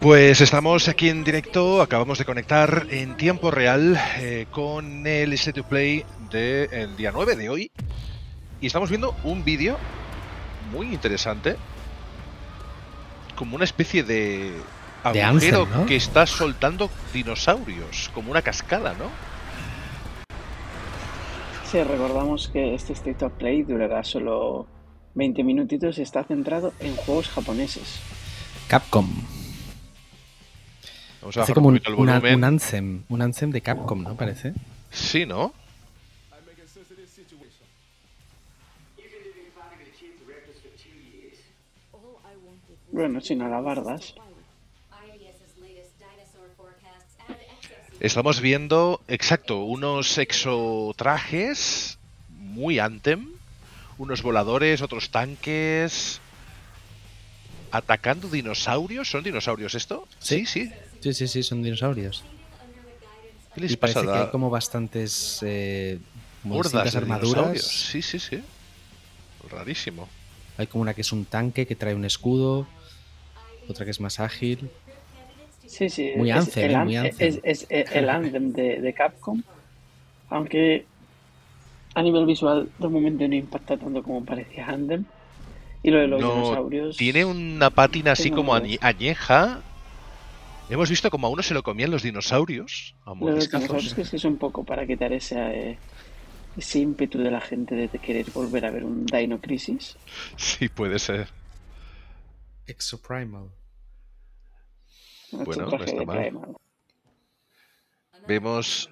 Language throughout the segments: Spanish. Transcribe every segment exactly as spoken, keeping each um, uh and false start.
Pues estamos aquí en directo, acabamos de conectar en tiempo real eh, con el State of Play del día nueve de hoy y estamos viendo un vídeo muy interesante, como una especie de De agujero Ansem, ¿no? que está soltando dinosaurios, como una cascada, ¿no? Sí, recordamos que este State of Play durará solo veinte minutitos y está centrado en juegos japoneses. Capcom. Vamos a Hace bajar como un un, poquito el una- volumen. un Ansem, un Ansem de Capcom, ¿no? Parece. Sí, ¿no? Bueno, sin alabardas. Estamos viendo, exacto, unos exotrajes muy Anthem, unos voladores, otros tanques, atacando dinosaurios. ¿Son dinosaurios esto? Sí. Sí, sí. Sí, sí, sí, son dinosaurios. ¿Qué les Y pasa? parece que hay La- como bastantes eh, como hordas distintas de armaduras. dinosaurios. Sí, sí, sí. Rarísimo. Hay como una que es un tanque que trae un escudo, otra que es más ágil. Sí, sí, Muy es Anthem, el, ¿eh? an- Muy Anthem. es, es el Anthem de, de Capcom, aunque a nivel visual de momento no impacta tanto como parecía Anthem. Y lo de los No, dinosaurios... tiene una pátina así tengo como dudas. añe- añeja. Hemos visto como a uno se lo comían los dinosaurios a Lo de los mordiscazos. dinosaurios que es que es un poco para quitar ese, eh, ese ímpetu de la gente de querer volver a ver un Dino Crisis. Sí, puede ser. Exoprimal. Un Bueno, no traje está de mal. Primal. Vemos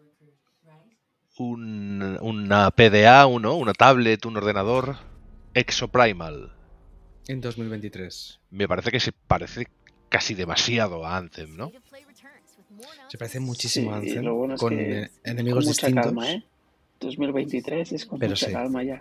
un, una P D A, uno, una tablet, un ordenador Exoprimal. En dos mil veintitrés. Me parece que se parece casi demasiado a Anthem, ¿no? Se parece muchísimo a Sí, y Anthem, lo bueno es con que eh, enemigos con mucha distintos. calma, ¿eh? dos mil veintitrés es con Pero mucha sí. calma ya.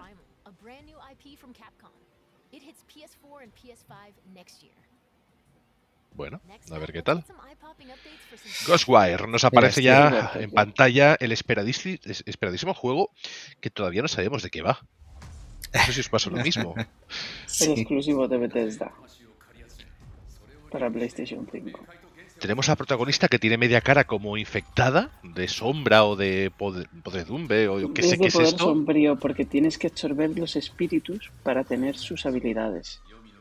Bueno, a ver qué tal. Ghostwire, nos aparece Mira, ya este- perfecto. en pantalla el esperadísimo, esperadísimo juego que todavía no sabemos de qué va. No sé si os pasa lo mismo. El Sí. exclusivo de Bethesda para PlayStation cinco. Tenemos a la protagonista que tiene media cara como infectada de sombra o de pod- podredumbre o yo qué sé Es qué de es poder esto. sombrío porque tienes que absorber los espíritus para tener sus habilidades.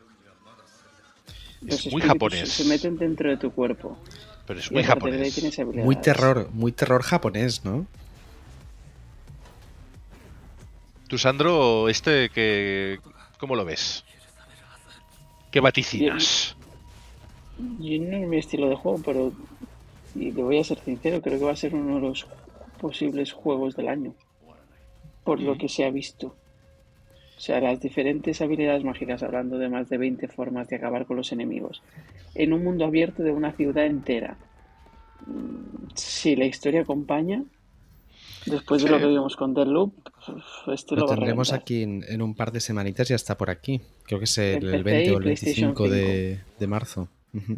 Los Es muy espíritus japonés. se meten dentro de tu cuerpo. Pero es Y muy a partir de ahí japonés. tienes habilidades. Muy terror, muy terror japonés, ¿no? Tú, Sandro, este que... ¿Cómo lo ves? ¿Qué vaticinas? Yo no es mi estilo de juego, pero y le voy a ser sincero, creo que va a ser uno de los posibles juegos del año. Por lo que se ha visto. O sea, las diferentes habilidades mágicas, hablando de más de veinte formas de acabar con los enemigos. En un mundo abierto de una ciudad entera. Mm, Si la historia acompaña, después de Sí. lo que vimos con Deathloop, esto Lo lo va a tendremos reventar. aquí en, en un par de semanitas, ya está por aquí. Creo que es el, En el P C veinte y o el PlayStation veinticinco de, de marzo. Ujú.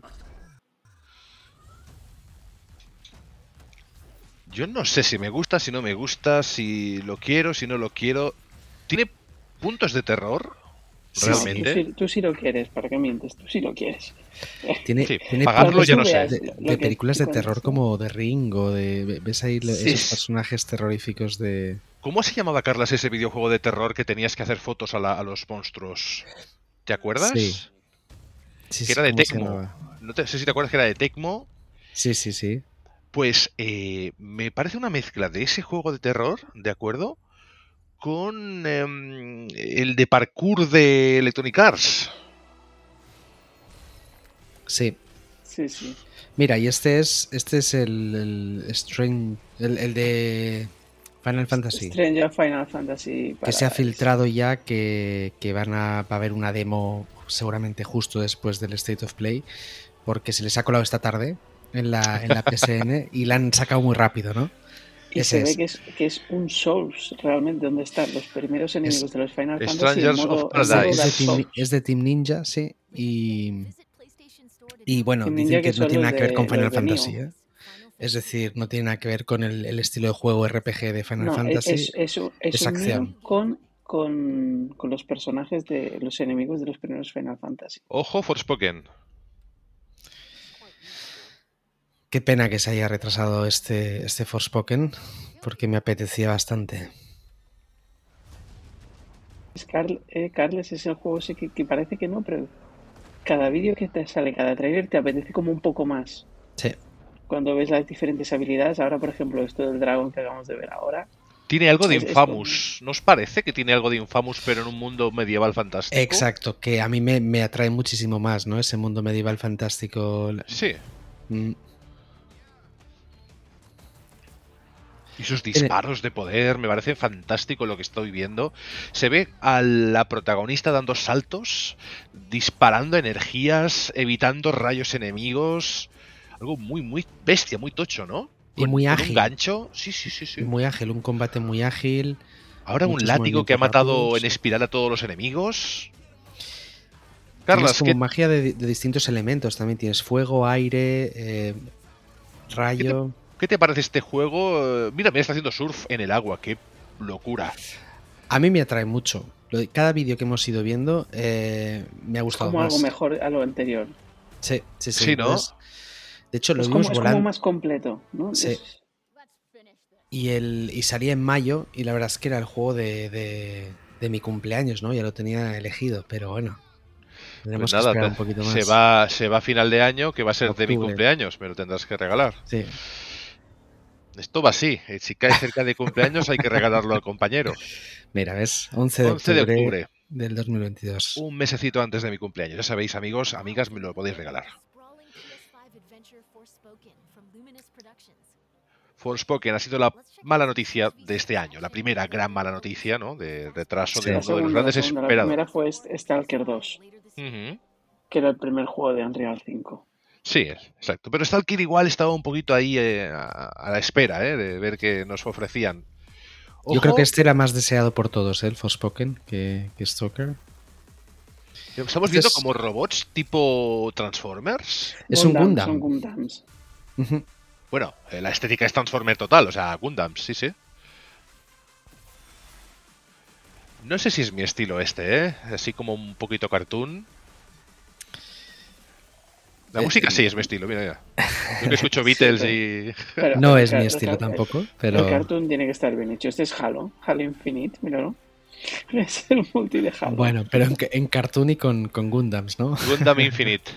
Yo no sé si me gusta, si no me gusta, si lo quiero, si no lo quiero. ¿Tiene puntos de terror? Sí, No, ¿Realmente? tú, sí, tú sí lo quieres, ¿para qué mientes? Tú sí lo quieres. Tiene, Sí, tiene pagarlo puntos ya Cuando no tú sé. veas de, lo- de lo que películas de cuando terror sea- como The Ring o de... ¿Ves ahí lo- Sí. esos personajes terroríficos de... ¿Cómo se llamaba, Carlas, ese videojuego de terror que tenías que hacer fotos a, la- a los monstruos? ¿Te acuerdas? Sí. Sí, Que sí, era de ¿cómo se Tecmo. llamaba? No te- sé si te acuerdas que era de Tecmo. Sí, sí, sí. Pues eh, me parece una mezcla de ese juego de terror, ¿de acuerdo? Con em, el de parkour de Electronic Arts. Sí. Sí, sí. Mira, y este es este es el, el Strange, el, el de Final Fantasy, Stranger Final Fantasy que se ha Paradise. filtrado ya que, que van a, va a haber una demo seguramente justo después del State of Play, porque se les ha colado esta tarde en la, en la P S N y la han sacado muy rápido, ¿no? Y Ese se ve es. que es, que es un Souls, realmente, donde están los primeros enemigos de los Final Fantasy en Strangers modo, of en Es de, modo Paradise. es de Dark Team, Souls. es de Team Ninja, sí, y, y bueno, Team dicen Ninja que que no son tiene los nada que ver de- con los Final de Fantasy, Nioh. ¿eh? Es decir, no tiene nada que ver con el, el estilo de juego R P G de Final No, Fantasy. es, es, un- es es un acción. Nioh con, con, con los personajes de los enemigos de los primeros Final Fantasy. Ojo, Forspoken. Qué pena que se haya retrasado este, este Forspoken, porque me apetecía bastante. Carl, eh, Carles es el juego ese que, que parece que no, pero cada vídeo que te sale, cada trailer te apetece como un poco más. Sí. Cuando ves las diferentes habilidades, ahora por ejemplo esto del dragón que acabamos de ver ahora. Tiene algo de Es- es Infamous. ¿No os parece que tiene algo de Infamous, pero en un mundo medieval fantástico? Exacto, que a mí me, me atrae muchísimo más, ¿no? Ese mundo medieval fantástico. Sí. Mm, Y sus disparos de poder, me parece fantástico lo que estoy viendo. Se ve a la protagonista dando saltos, disparando energías, evitando rayos enemigos. Algo muy, muy bestia, muy tocho, ¿no? Y Con, muy con ágil. un gancho. Sí, sí, sí, sí. y muy ágil, un combate muy ágil. Ahora un muchos látigo que ha movimientos matado rápidos. en espiral a todos los enemigos. Tienes Carlas, como ¿qué, magia de, de distintos elementos. También tienes fuego, aire, eh, rayo. ¿qué te parece este juego? Eh, Mira, me está haciendo surf en el agua, qué locura. A mí me atrae mucho. Lo de- Cada vídeo que hemos ido viendo eh, me ha Es gustado como más. algo mejor a lo anterior. Sí, sí, sí. Sí, ¿no? Entonces, de hecho, lo Es vimos como, es como volando. más completo, ¿no? Sí. Es- Y, el, y salía en mayo y la verdad es que era el juego de, de, de mi cumpleaños, ¿no? Ya lo tenía elegido, pero bueno. Tendremos Pues nada, que esperar te- un poquito más. se va, se va a final de año, que va a ser de mi Octubre. cumpleaños, me lo tendrás que regalar. Sí. Esto va así, eh, si cae cerca de cumpleaños hay que regalarlo al compañero. Mira, ¿ves? once de once de octubre, octubre, del dos mil veintidós. un mesecito antes de mi cumpleaños. Ya sabéis, amigos, amigas, me lo podéis regalar. Forspoken ha sido la mala noticia de este año, la primera gran mala noticia, ¿no? De retraso Sí. de la uno de los segunda, la grandes segunda. La esperados. primera fue St- Stalker dos, Ujú. que era el primer juego de Unreal cinco. Sí, exacto. Pero Stalker igual estaba un poquito ahí eh, a, a la espera, ¿eh? De ver qué nos ofrecían. Yo creo Ojo, que este era más deseado por todos, ¿eh? El Forspoken, que, que Stalker. estamos Este viendo es- como robots tipo Transformers. Es un Gundam, Gundam. Son Gundams. Ujú. Bueno, eh, la estética es Transformer total, o sea, Gundams, sí, sí. No sé si es mi estilo este, ¿eh? Así como un poquito cartoon. La Eh, música eh, sí es mi estilo, mira, mira. Yo que escucho Beatles y... Pero- No pero es el mi car- estilo el car- tampoco, El pero cartoon tiene que estar bien hecho. Este es Halo, Halo Infinite, míralo. Es el multi de Halo. bueno, pero en, en cartoon y con, con Gundams, ¿no? Gundam Infinite.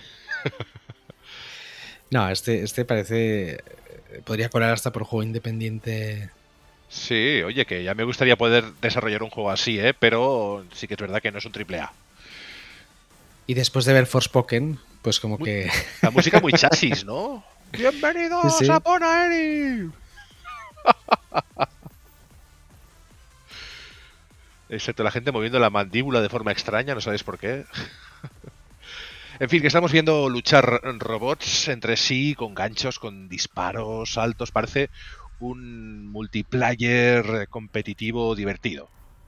No, este, este parece... Podría colar hasta por juego independiente. Sí, oye, que ya me gustaría poder desarrollar un juego así, ¿eh? Pero sí que es verdad que no es un triple A. Y después de ver Forspoken, pues como Muy- que... La música muy chasis, ¿no? ¡Bienvenidos Sí, sí. a Ponaeri! Excepto la gente moviendo la mandíbula de forma extraña, no sabéis por qué. En fin, que estamos viendo luchar robots entre sí, con ganchos, con disparos, saltos. Parece un multiplayer competitivo divertido.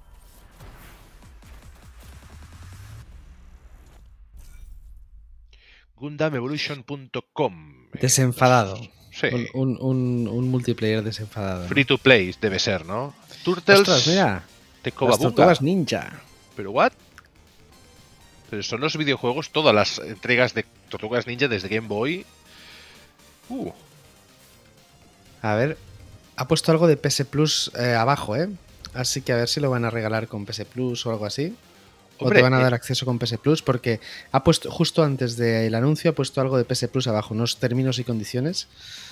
Gundam Evolution punto com. Desenfadado. Sí. Un, un, un, un multiplayer desenfadado. ¿no? Free to play debe ser, ¿no? Turtles Ostras, mira. de Las Cobabunga. tortugas ninja. ¿Pero what? Pero son los videojuegos, todas las entregas de Tortugas Ninja desde Game Boy. Uh, A ver, ha puesto algo de P S Plus eh, abajo, ¿eh? Así que a ver si lo van a regalar con P S Plus o algo así. O Hombre, te van a eh. dar acceso con P S Plus, porque ha puesto, justo antes del anuncio, ha puesto algo de P S Plus abajo, unos términos y condiciones.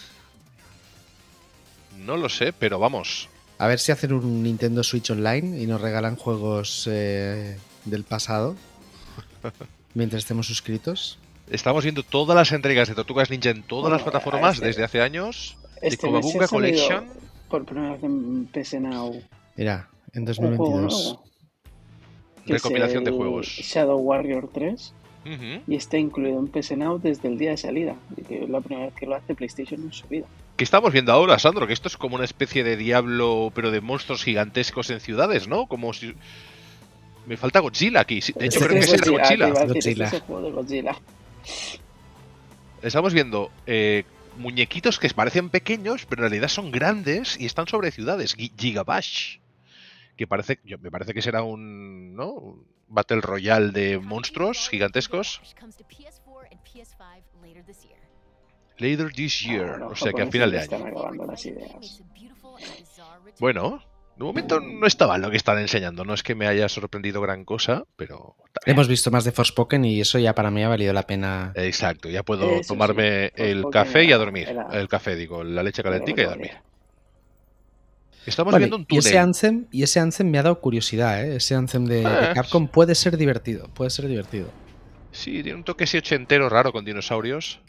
no lo sé, pero vamos. A ver si hacen un Nintendo Switch Online y nos regalan juegos eh, del pasado mientras estemos suscritos. Estamos viendo todas las entregas de Tortugas Ninja en todas Bueno, las plataformas este- desde hace años. Este de mes se Cobabunga ha salido Collection. por primera vez en P S Now Mira, en un juego dos mil veintidós. nuevo. Que es Recopilación de el juegos. Shadow Warrior tres. Ujú. Y está incluido en P S Now desde el día de salida. Y que es la primera vez que lo hace PlayStation en su vida. ¿Qué estamos viendo ahora, Sandro? Que esto es como una especie de Diablo, pero de monstruos gigantescos en ciudades, ¿no? Como si... Me falta Godzilla aquí. Sí, de hecho, Este creo que es es el Godzilla, Godzilla. te iba a decir, Godzilla. este es el juego de Godzilla. Estamos viendo eh, muñequitos que parecen pequeños, pero en realidad son grandes y están sobre ciudades. Gi- Gigabash. Que parece, yo, me parece que será un, ¿no? un Battle Royale de monstruos gigantescos. Later this year, Ah, los o sea que a final de japoneses año. están acabando las ideas. Bueno, de momento no está mal lo que están enseñando. No es que me haya sorprendido gran cosa, pero... está bien. Hemos visto más de Forspoken y eso ya para mí ha valido la pena. Exacto, ya puedo Eso tomarme sí, el Forspoken café y a era- dormir. era- El café, digo, la leche era calentica y a dormir. gloria. Estamos Bueno, viendo un y ese túnel. Anthem, y ese Anthem me ha dado curiosidad, ¿eh? Ese Anthem de, de Ah, Capcom puede ser divertido, puede ser divertido. sí, tiene un toque así ochentero raro con dinosaurios.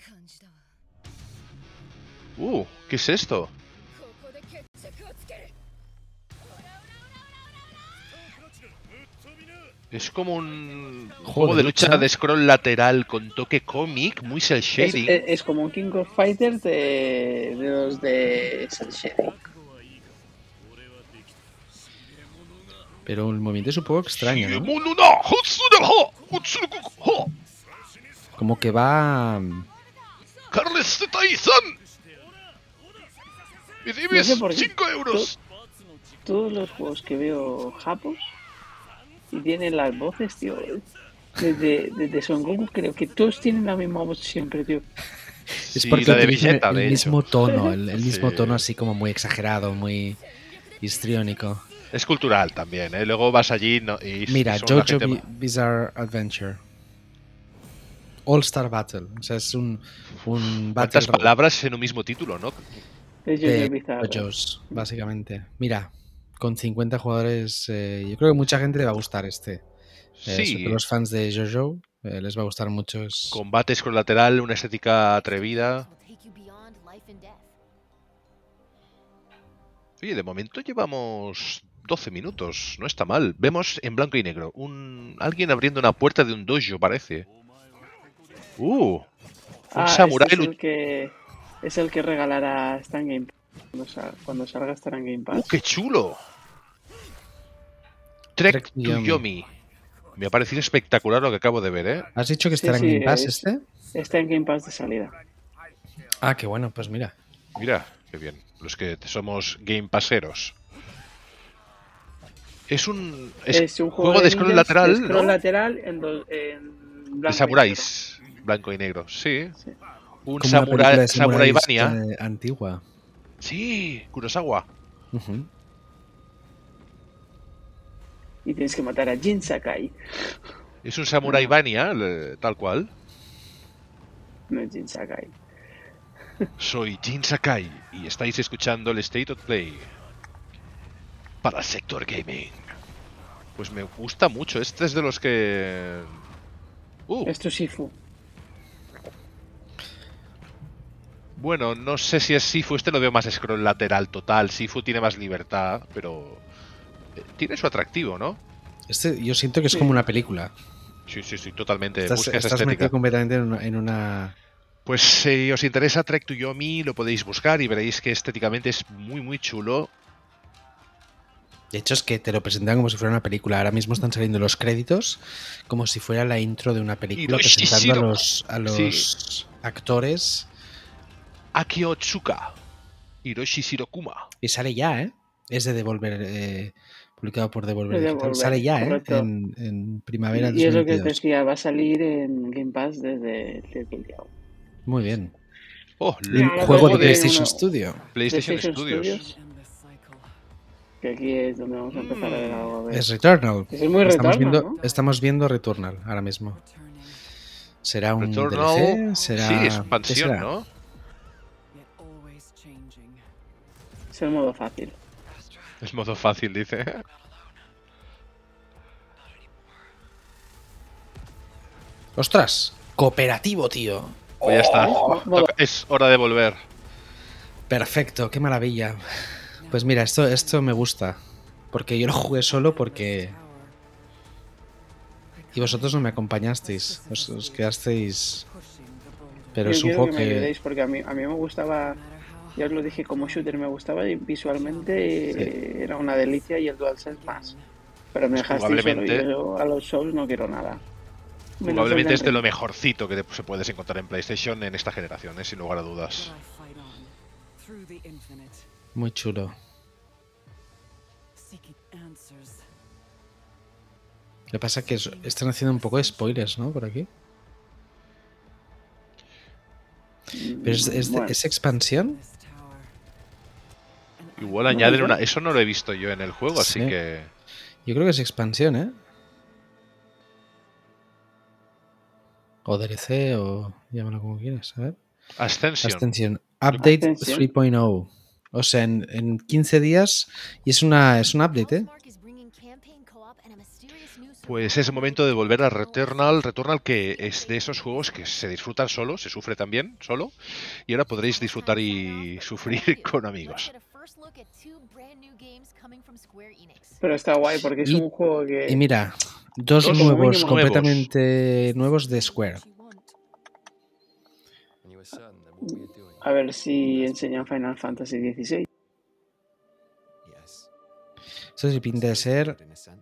Uh, ¿qué es esto? Es como un juego de lucha de scroll lateral con toque cómic, muy cel Es, shading. es- es como un King of Fighters de, de los de Cell Shading. Pero el movimiento es un poco extraño, ¿no? Como que va... Carles Taizan. Me No debes sé por qué. cinco euros. Todos los juegos que veo japos y tienen las voces, tío. Desde, desde Son Goku creo que todos tienen la misma voz siempre, tío. Es Sí, porque la de utilizan Vegeta, el de hecho. mismo tono, el, el mismo Sí. tono así como muy exagerado, muy histriónico. Es cultural también, ¿eh? Luego vas allí no- y Mira, y son una Jojo gente Bi- Bizarre Adventure. All Star Battle. O sea, es un, un battle ¿Cuántas palabras en un mismo título, no? Es de Jojo Bizarre. JoJo's, básicamente. Mira, con cincuenta jugadores, eh, yo creo que mucha gente le va a gustar este. Eh, sobre Sí, todo los fans de JoJo, eh, les va a gustar mucho. Es... combates con lateral, una estética atrevida. Oye, de momento llevamos doce minutos, no está mal. Vemos en blanco y negro un alguien abriendo una puerta de un dojo, parece. Uh, un Ah, samurái este es lu- el que es el que regalará Stan Game Pass. Cuando, sal- cuando salga estará en Game ¡Uh, Pass. qué chulo! Trek Trek to to Yomi. Yomi. Me ha parecido espectacular lo que acabo de ver, ¿eh? ¿Has dicho que Sí, estará en sí, Game Pass es- este? Está en Game Pass de salida. Ah, qué bueno, pues mira. Mira, qué bien. Los que somos game paseros. Es un, es Es un juego, juego, de scroll ninjas, lateral, de scroll ¿no? lateral en, do- en blanco De y samuráis. Blanco y negro, sí. negro. Sí. Un Como una película samurai, de samurai samuráis, Vania. eh, antigua. Sí, Kurosawa. Ujú. Y tienes que matar a Jin Sakai. Es un samurai Vania, le- tal cual. No es Jin Sakai. Soy Jin Sakai y estáis escuchando el State of Play para Sector Gaming. Pues me gusta mucho. Este es de los que... Uh, Esto es Sifu. bueno, no sé si es Sifu. Este lo veo más scroll lateral total. Sifu tiene más libertad, pero... eh, tiene su atractivo, ¿no? Este, yo siento que es Sí. como una película. Sí, sí, sí, totalmente. Estás, Busca esa estás estética. metido completamente en una, en una- Pues si os interesa Trek to Yomi, lo podéis buscar y veréis que estéticamente es muy, muy chulo. De hecho, es que te lo presentan como si fuera una película. Ahora mismo están saliendo los créditos como si fuera la intro de una película, Hiroshi presentando a Shiro. los, a los actores. Akio Tsuka. Hiroshi Shirokuma. Y sale ya, ¿eh? Es de Devolver, eh, publicado por Devolver De Digital. Devolver, Sale ya, ¿eh? correcto. En, en primavera Y es lo que os dos mil veintidós. decía, va a salir en Game Pass desde, desde el día uno. Muy bien. Oh, Un Mira, ahora juego de parece que PlayStation uno- Studio. PlayStation, PlayStation Studios. Studios. Que aquí es donde vamos a empezar a ver algo. A ver. Es Returnal. Es muy estamos, Returnal, viendo, ¿no? estamos viendo Returnal ahora mismo. ¿Será un Returnal. D L C? ¿Será... Sí, ¿qué expansión, será? ¿no? Es el modo fácil. Es modo fácil, dice. ¡Ostras! Cooperativo, tío. Pues ya está. Oh, modo- Es hora de volver. Perfecto, qué maravilla. Pues mira, esto, esto me gusta. Porque yo lo jugué solo porque... Y vosotros no me acompañasteis. Os, os quedasteis... Pero Yo es un quiero juego que me que... ayudéis porque a mí, a mí me gustaba, ya os lo dije, como shooter me gustaba y visualmente Sí. eh, era una delicia y el DualSense más. Pero me Pues dejasteis solo y jugablemente- yo a los Souls no quiero nada. Menos Probablemente es de Elden lo Ring. mejorcito que te- se puedes encontrar en PlayStation en esta generación, ¿eh? Sin lugar a dudas. Muy chulo. Lo que pasa es que es- están haciendo un poco de spoilers, ¿no? Por aquí. ¿Pero es, es, Bueno, ¿es expansión? Igual No añaden lo sé. una... Eso no lo he visto yo en el juego, así Sí. que... Yo creo que es expansión, ¿eh? O D L C, o llámalo como quieras, a ver. Ascension. Ascension. Update Ascension. tres punto cero. O sea, en, en quince días. Y es una es un update, ¿eh? Pues es el momento de volver a Returnal. Returnal, que es de esos juegos que se disfrutan solo, se sufre también solo. Y ahora podréis disfrutar y sufrir con amigos. Pero está guay porque es Y, un juego que... y mira, dos, Dos como nuevos, mínimo- completamente nuevos de Square. A ver si enseñan Final Fantasy dieciséis. Esto sí pinta de ser.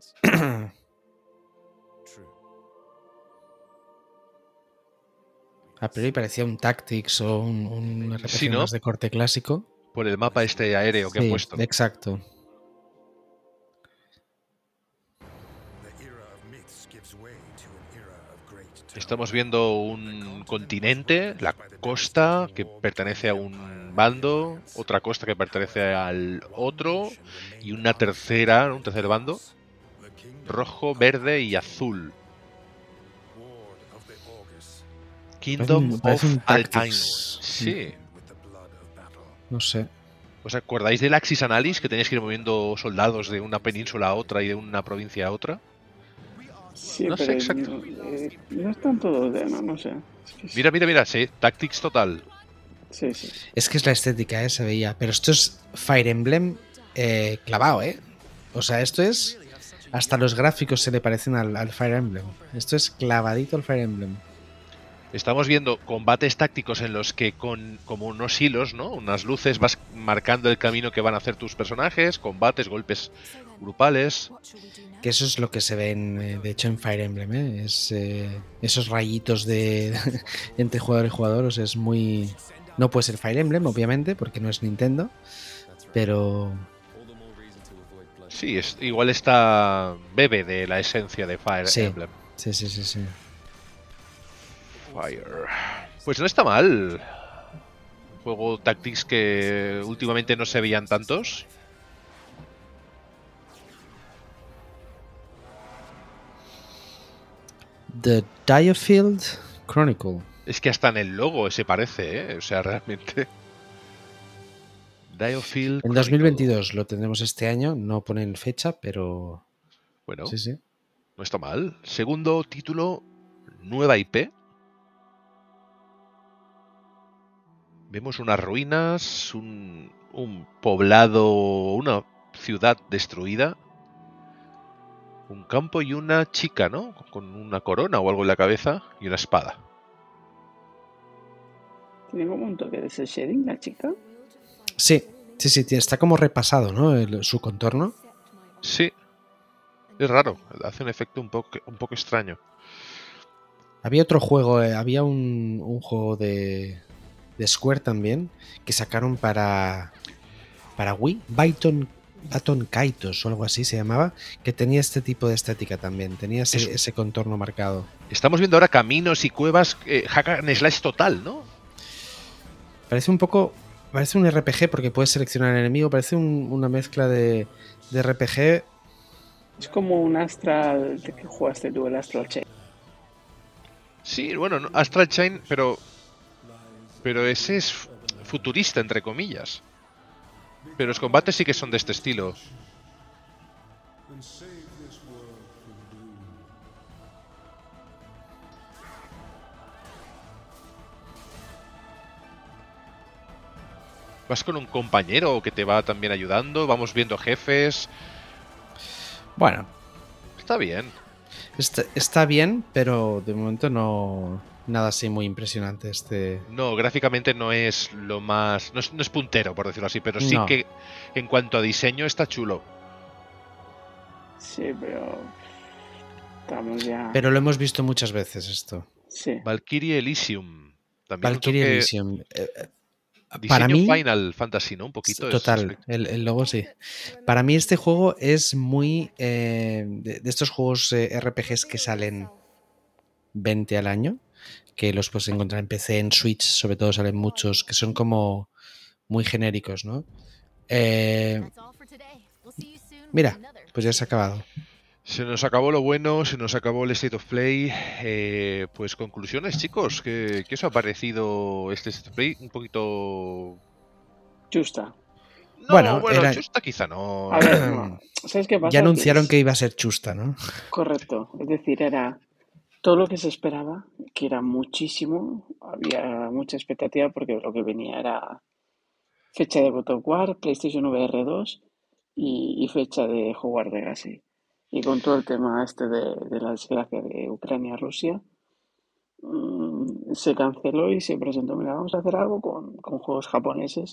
A priori parecía un Tactics o un, un R P G Sí, ¿no? más de corte clásico. Por el mapa este aéreo que han Sí, puesto. exacto. Estamos viendo un continente, la costa, que pertenece a un bando, otra costa que pertenece al otro, y una tercera, un tercer bando, rojo, verde y azul. Kingdom Parece un of Altain. Tactics. Sí. No sé. ¿Os acordáis del Axis Analysis, que teníais que ir moviendo soldados de una península a otra y de una provincia a otra? Sí, No sé pero exacto. no, eh, no están todos de, no, no sé. Es que sí. Mira, mira, mira, sí, Tactics total. Sí, sí. Es que es la estética, ¿eh? Se veía. Pero esto es Fire Emblem eh, clavado, ¿eh? O sea, esto es... Hasta los gráficos se le parecen al, al Fire Emblem. Esto es clavadito al Fire Emblem. Estamos viendo combates tácticos en los que con como unos hilos, ¿no? Unas luces vas marcando el camino que van a hacer tus personajes, combates, golpes grupales. Que eso es lo que se ve, en, eh, de hecho, en Fire Emblem, ¿eh? Es, eh, esos rayitos de entre jugador y jugador. O sea, es muy... No puede ser Fire Emblem, obviamente, porque no es Nintendo. Pero... Sí, es, igual está bebe de la esencia de Fire Sí, Emblem. sí, sí, sí, sí. Fire. Pues no está mal. Juego Tactics que últimamente no se veían tantos. The Diofield Chronicle. Es que hasta en el logo se parece, ¿eh? O sea, realmente. Diofield En dos mil veintidós lo tendremos este año. No ponen fecha, pero... Bueno, Sí, sí. no está mal. Segundo título, nueva I P. Vemos unas ruinas, un, un poblado, una ciudad destruida, un campo y una chica, ¿no? Con una corona o algo en la cabeza y una espada. Tiene como un toque de cel shading la chica. Sí, sí, sí. Está como repasado, ¿no? El- su contorno. Sí, es raro, hace un efecto un poco, un poco extraño. Había otro juego, eh, había un, un juego de, de Square también que sacaron para, para Wii, Baton, Baton Kaitos o algo así se llamaba, que tenía este tipo de estética también, tenía ese, Es- ese contorno marcado. Estamos viendo ahora caminos y cuevas, eh, hack and slash total, ¿no? Parece un poco, parece un R P G porque puedes seleccionar el enemigo, parece un- una mezcla de, de R P G. Es como un Astral de que jugaste tú, el Astral Chain. Sí, bueno, no- Astral Chain, pero pero ese es futurista, entre comillas. Pero los combates sí que son de este estilo. Vas con un compañero que te va también ayudando, vamos viendo jefes. Bueno, Está bien. está, está bien, pero de momento no nada así muy impresionante este. No, gráficamente no es lo más... No es, no es puntero, por decirlo así, pero sí No. que en cuanto a diseño está chulo. Sí, pero... Estamos ya... Pero lo hemos visto muchas veces esto. Sí. Valkyrie Elysium. También un Valkyrie toque- Elysium. Eh, eh, Diseño para mí, Final Fantasy, ¿no? Un poquito. ese total, aspecto. el, el logo sí. Para mí este juego es muy eh, de, de estos juegos eh, R P Gs que salen veinte al año, que los puedes encontrar en P C, en Switch, sobre todo salen muchos, que son como muy genéricos, ¿no? Eh, mira, pues ya se ha acabado. Se nos acabó lo bueno, se nos acabó el State of Play. Eh, pues conclusiones, chicos. ¿Qué, ¿Qué os ha parecido este State of Play? Un poquito... Justa. No, Bueno, bueno, era- chusta quizá no. A ver, no. ¿Sabes qué pasa? Ya anunciaron es- que iba a ser chusta, ¿no? Correcto. Es decir, era todo lo que se esperaba, que era muchísimo. Había mucha expectativa porque lo que venía era fecha de God of War, PlayStation V R dos y, y fecha de Hogwarts Legacy. Y con todo el tema este de, de la desgracia de Ucrania-Rusia, mm, se canceló y se presentó, mira, vamos a hacer algo con, con juegos japoneses.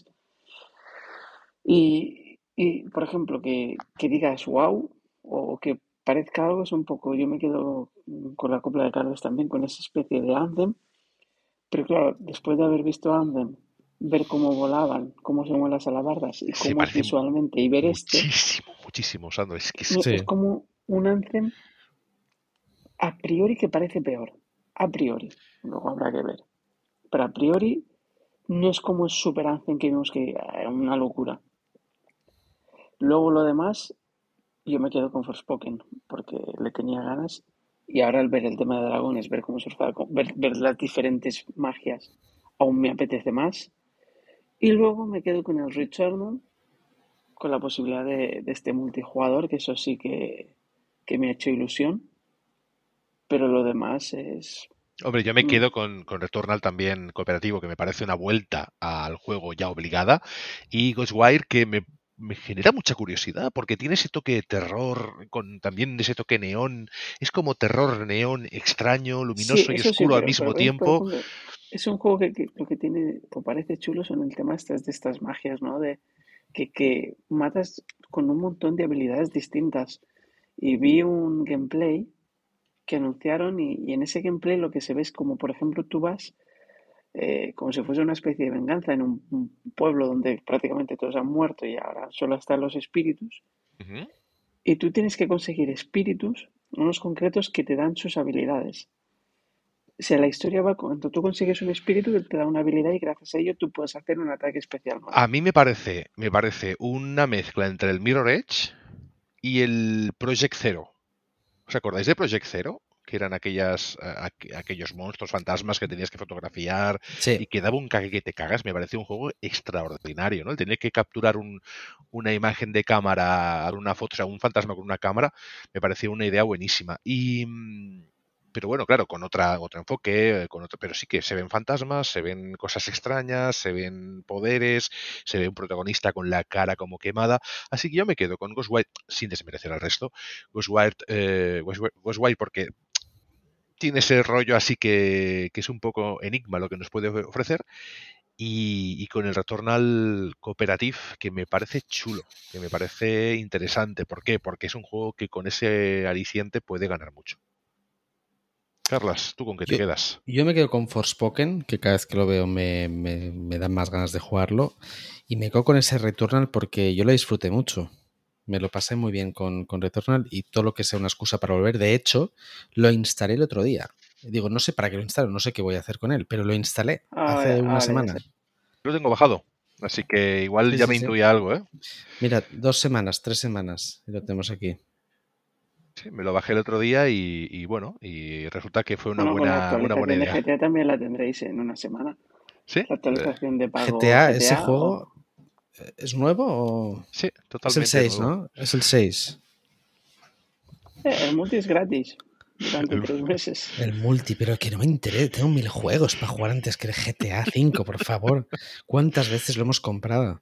Y, y, por ejemplo, que, que digas wow o que parezca algo es un poco, yo me quedo con la copla de Carlos también, con esa especie de Anthem, pero claro, después de haber visto Anthem, ver cómo volaban, cómo se mueven las alabardas y Se cómo es parece visualmente y ver este, muchísimo, muchísimo, Sandro. Es que es- no, Sí. es como un Anthem a priori que parece peor, a priori, luego habrá que ver, pero a priori no es como el Super Anthem que vimos que era una locura. Luego lo demás, yo me quedo con Forspoken porque le tenía ganas y ahora al ver el tema de dragones, ver cómo surfar, ver, ver las diferentes magias, aún me apetece más. Y luego me quedo con el Returnal, con la posibilidad de, de este multijugador, que eso sí que, que me ha hecho ilusión, pero lo demás es... Hombre, yo me mm, quedo con, con Returnal también cooperativo, que me parece una vuelta al juego ya obligada, y Ghostwire, que me, me genera mucha curiosidad, porque tiene ese toque de terror, con también ese toque neón, es como terror neón extraño, Sí, luminoso y eso sí, oscuro al pero, mismo pero ves, por tiempo. ejemplo, es un juego que, que lo que tiene, o parece chulo son el tema estas, de estas magias, ¿no? De que, que matas con un montón de habilidades distintas. Y vi un gameplay que anunciaron y, y en ese gameplay lo que se ve es como, por ejemplo, tú vas eh, como si fuese una especie de venganza en un, un pueblo donde prácticamente todos han muerto y ahora solo están los espíritus. Ujú. Y tú tienes que conseguir espíritus, unos concretos que te dan sus habilidades. O sea, la historia va cuando tú consigues un espíritu que te da una habilidad y gracias a ello tú puedes hacer un ataque especial A nuevo. mí me parece, me parece una mezcla entre el Mirror Edge y el Project Zero. ¿Os acordáis de Project Zero? Que eran aquellas, a- aqu- aquellos monstruos fantasmas que tenías que fotografiar Sí. y que daba un cague que te cagas. Me pareció un juego extraordinario, ¿no? El tener que capturar un- una imagen de cámara, una foto, o sea, un fantasma con una cámara, me pareció una idea buenísima. Y, mm, pero bueno, claro, con otra, otro enfoque, eh, con otro, pero sí que se ven fantasmas, se ven cosas extrañas, se ven poderes, se ve un protagonista con la cara como quemada. Así que yo me quedo con Ghostwire, sin desmerecer al resto, Ghostwire, eh, Ghostwire, Ghostwire porque tiene ese rollo así que, que es un poco enigma lo que nos puede ofrecer. Y, y con el Returnal Cooperative, que me parece chulo, que me parece interesante. ¿Por qué? Porque es un juego que con ese aliciente puede ganar mucho. Carlas, ¿tú con qué te Yo, quedas? yo me quedo con Forspoken, que cada vez que lo veo me, me, me dan más ganas de jugarlo. Y me quedo con ese Returnal porque yo lo disfruté mucho. Me lo pasé muy bien con, con Returnal y todo lo que sea una excusa para volver. De hecho, lo instalé el otro día. Digo, no sé para qué lo instalo, no sé qué voy a hacer con él, pero lo instalé Ahora, hace una ahora ya sé. semana. Lo tengo bajado, así que igual Sí, ya sí, me sí. intuía algo, ¿eh? Mira, dos semanas, tres semanas, y lo tenemos aquí. Sí, me lo bajé el otro día y, y bueno, y resulta que fue una Bueno, con la buena, una buena actualización de idea. G T A también la tendréis en una semana. ¿Sí? La Eh, actualización de pago G T A, ese G T A juego, o... ¿es nuevo o...? sí, Es el totalmente seis, nuevo. ¿no? Es el seis. Eh, el multi es gratis durante El- tres meses. El multi, pero que no me enteré. Tengo mil juegos para jugar antes que el G T A cinco, por favor. ¿Cuántas veces lo hemos comprado?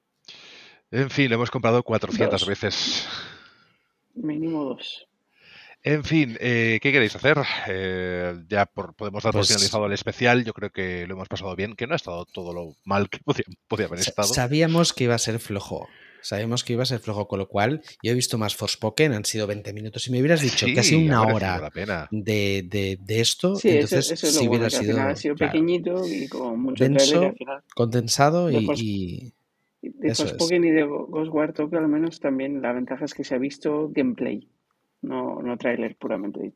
En fin, lo hemos comprado cuatrocientas Dos, veces. mínimo dos. En fin, eh, ¿qué queréis hacer? Eh, ya por- podemos dar por Pues finalizado el especial. Yo creo que lo hemos pasado bien, que no ha estado todo lo mal que podía, podía haber sa- estado. sabíamos que iba a ser flojo. Sabíamos que iba a ser flojo, con lo cual yo he visto más Forspoken, han sido veinte minutos. Si me hubieras dicho que ha sido Sí, ha una merecido hora la pena. de, de- de esto, Sí, eso, entonces eso es lo sí bueno, hubiera que al final ha sido, sido claro, pequeñito y con mucho trailer y al denso, final condensado de, y, Fors- y de eso es. Forspoken y de Go- Ghostwire Tokyo al menos también la ventaja es que se ha visto gameplay, no, no trailer puramente dicho.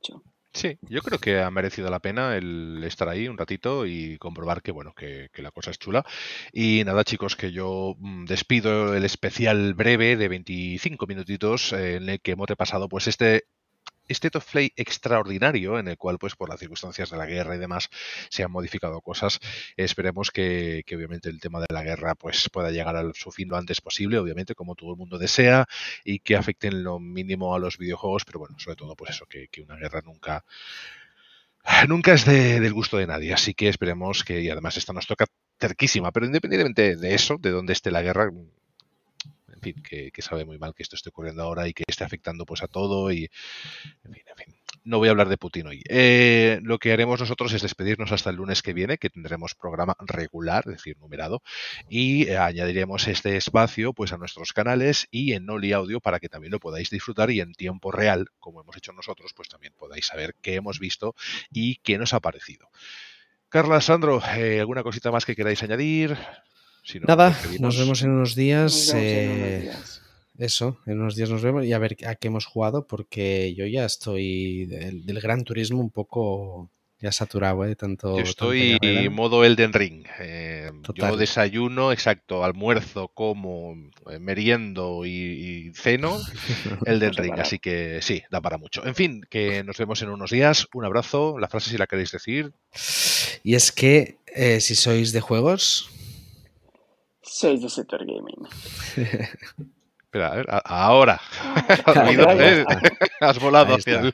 Sí, yo creo que ha merecido la pena el estar ahí un ratito y comprobar que bueno, que, que la cosa es chula. Y nada, chicos, que yo mm, despido el especial breve de veinticinco minutitos eh, en el que hemos repasado pues este State of Play extraordinario en el cual, pues por las circunstancias de la guerra y demás, se han modificado cosas. Esperemos que, que obviamente el tema de la guerra pues pueda llegar a su fin lo antes posible, obviamente, como todo el mundo desea, y que afecten lo mínimo a los videojuegos, pero bueno, sobre todo pues eso, que, que una guerra nunca nunca es de, del gusto de nadie, así que esperemos que, y además esta nos toca cerquísima, pero independientemente de eso, de dónde esté la guerra, en fin, que, que sabe muy mal que esto esté ocurriendo ahora y que esté afectando pues a todo y, en fin, en fin. No voy a hablar de Putin hoy. Eh, lo que haremos nosotros es despedirnos hasta el lunes que viene, que tendremos programa regular, es decir, numerado, y eh, añadiremos este espacio pues a nuestros canales y en Noli Audio para que también lo podáis disfrutar y en tiempo real, como hemos hecho nosotros, pues también podáis saber qué hemos visto y qué nos ha parecido. Carla, Sandro, eh, ¿alguna cosita más que queráis añadir? Si no, nos Nada, despedimos. nos vemos en unos días. Nos vemos en unos eh, días. Eso, en unos días nos vemos y a ver a qué hemos jugado, porque yo ya estoy del, del Gran Turismo un poco ya saturado, ¿eh? Tanto, Yo tanta estoy carrera. modo Elden Ring. Eh, yo Total. desayuno, exacto, almuerzo, como, eh, meriendo y, y ceno Elden No sé Ring. parar. Así que sí, da para mucho. En fin, que nos vemos en unos días. Un abrazo. La frase si la queréis decir. Y es que eh, si sois de juegos, Sois de Sector Gaming. Espera, a ver, a- ahora. Has Ahora oído, ya ¿eh? está. Has volado ahí hacia está. el...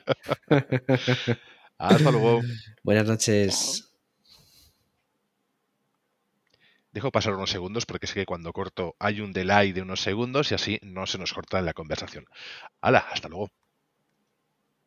Hasta luego. Buenas Chao. noches. Dejo pasar unos segundos porque sé que cuando corto hay un delay de unos segundos y así no se nos corta en la conversación. ¡Hala! Hasta luego.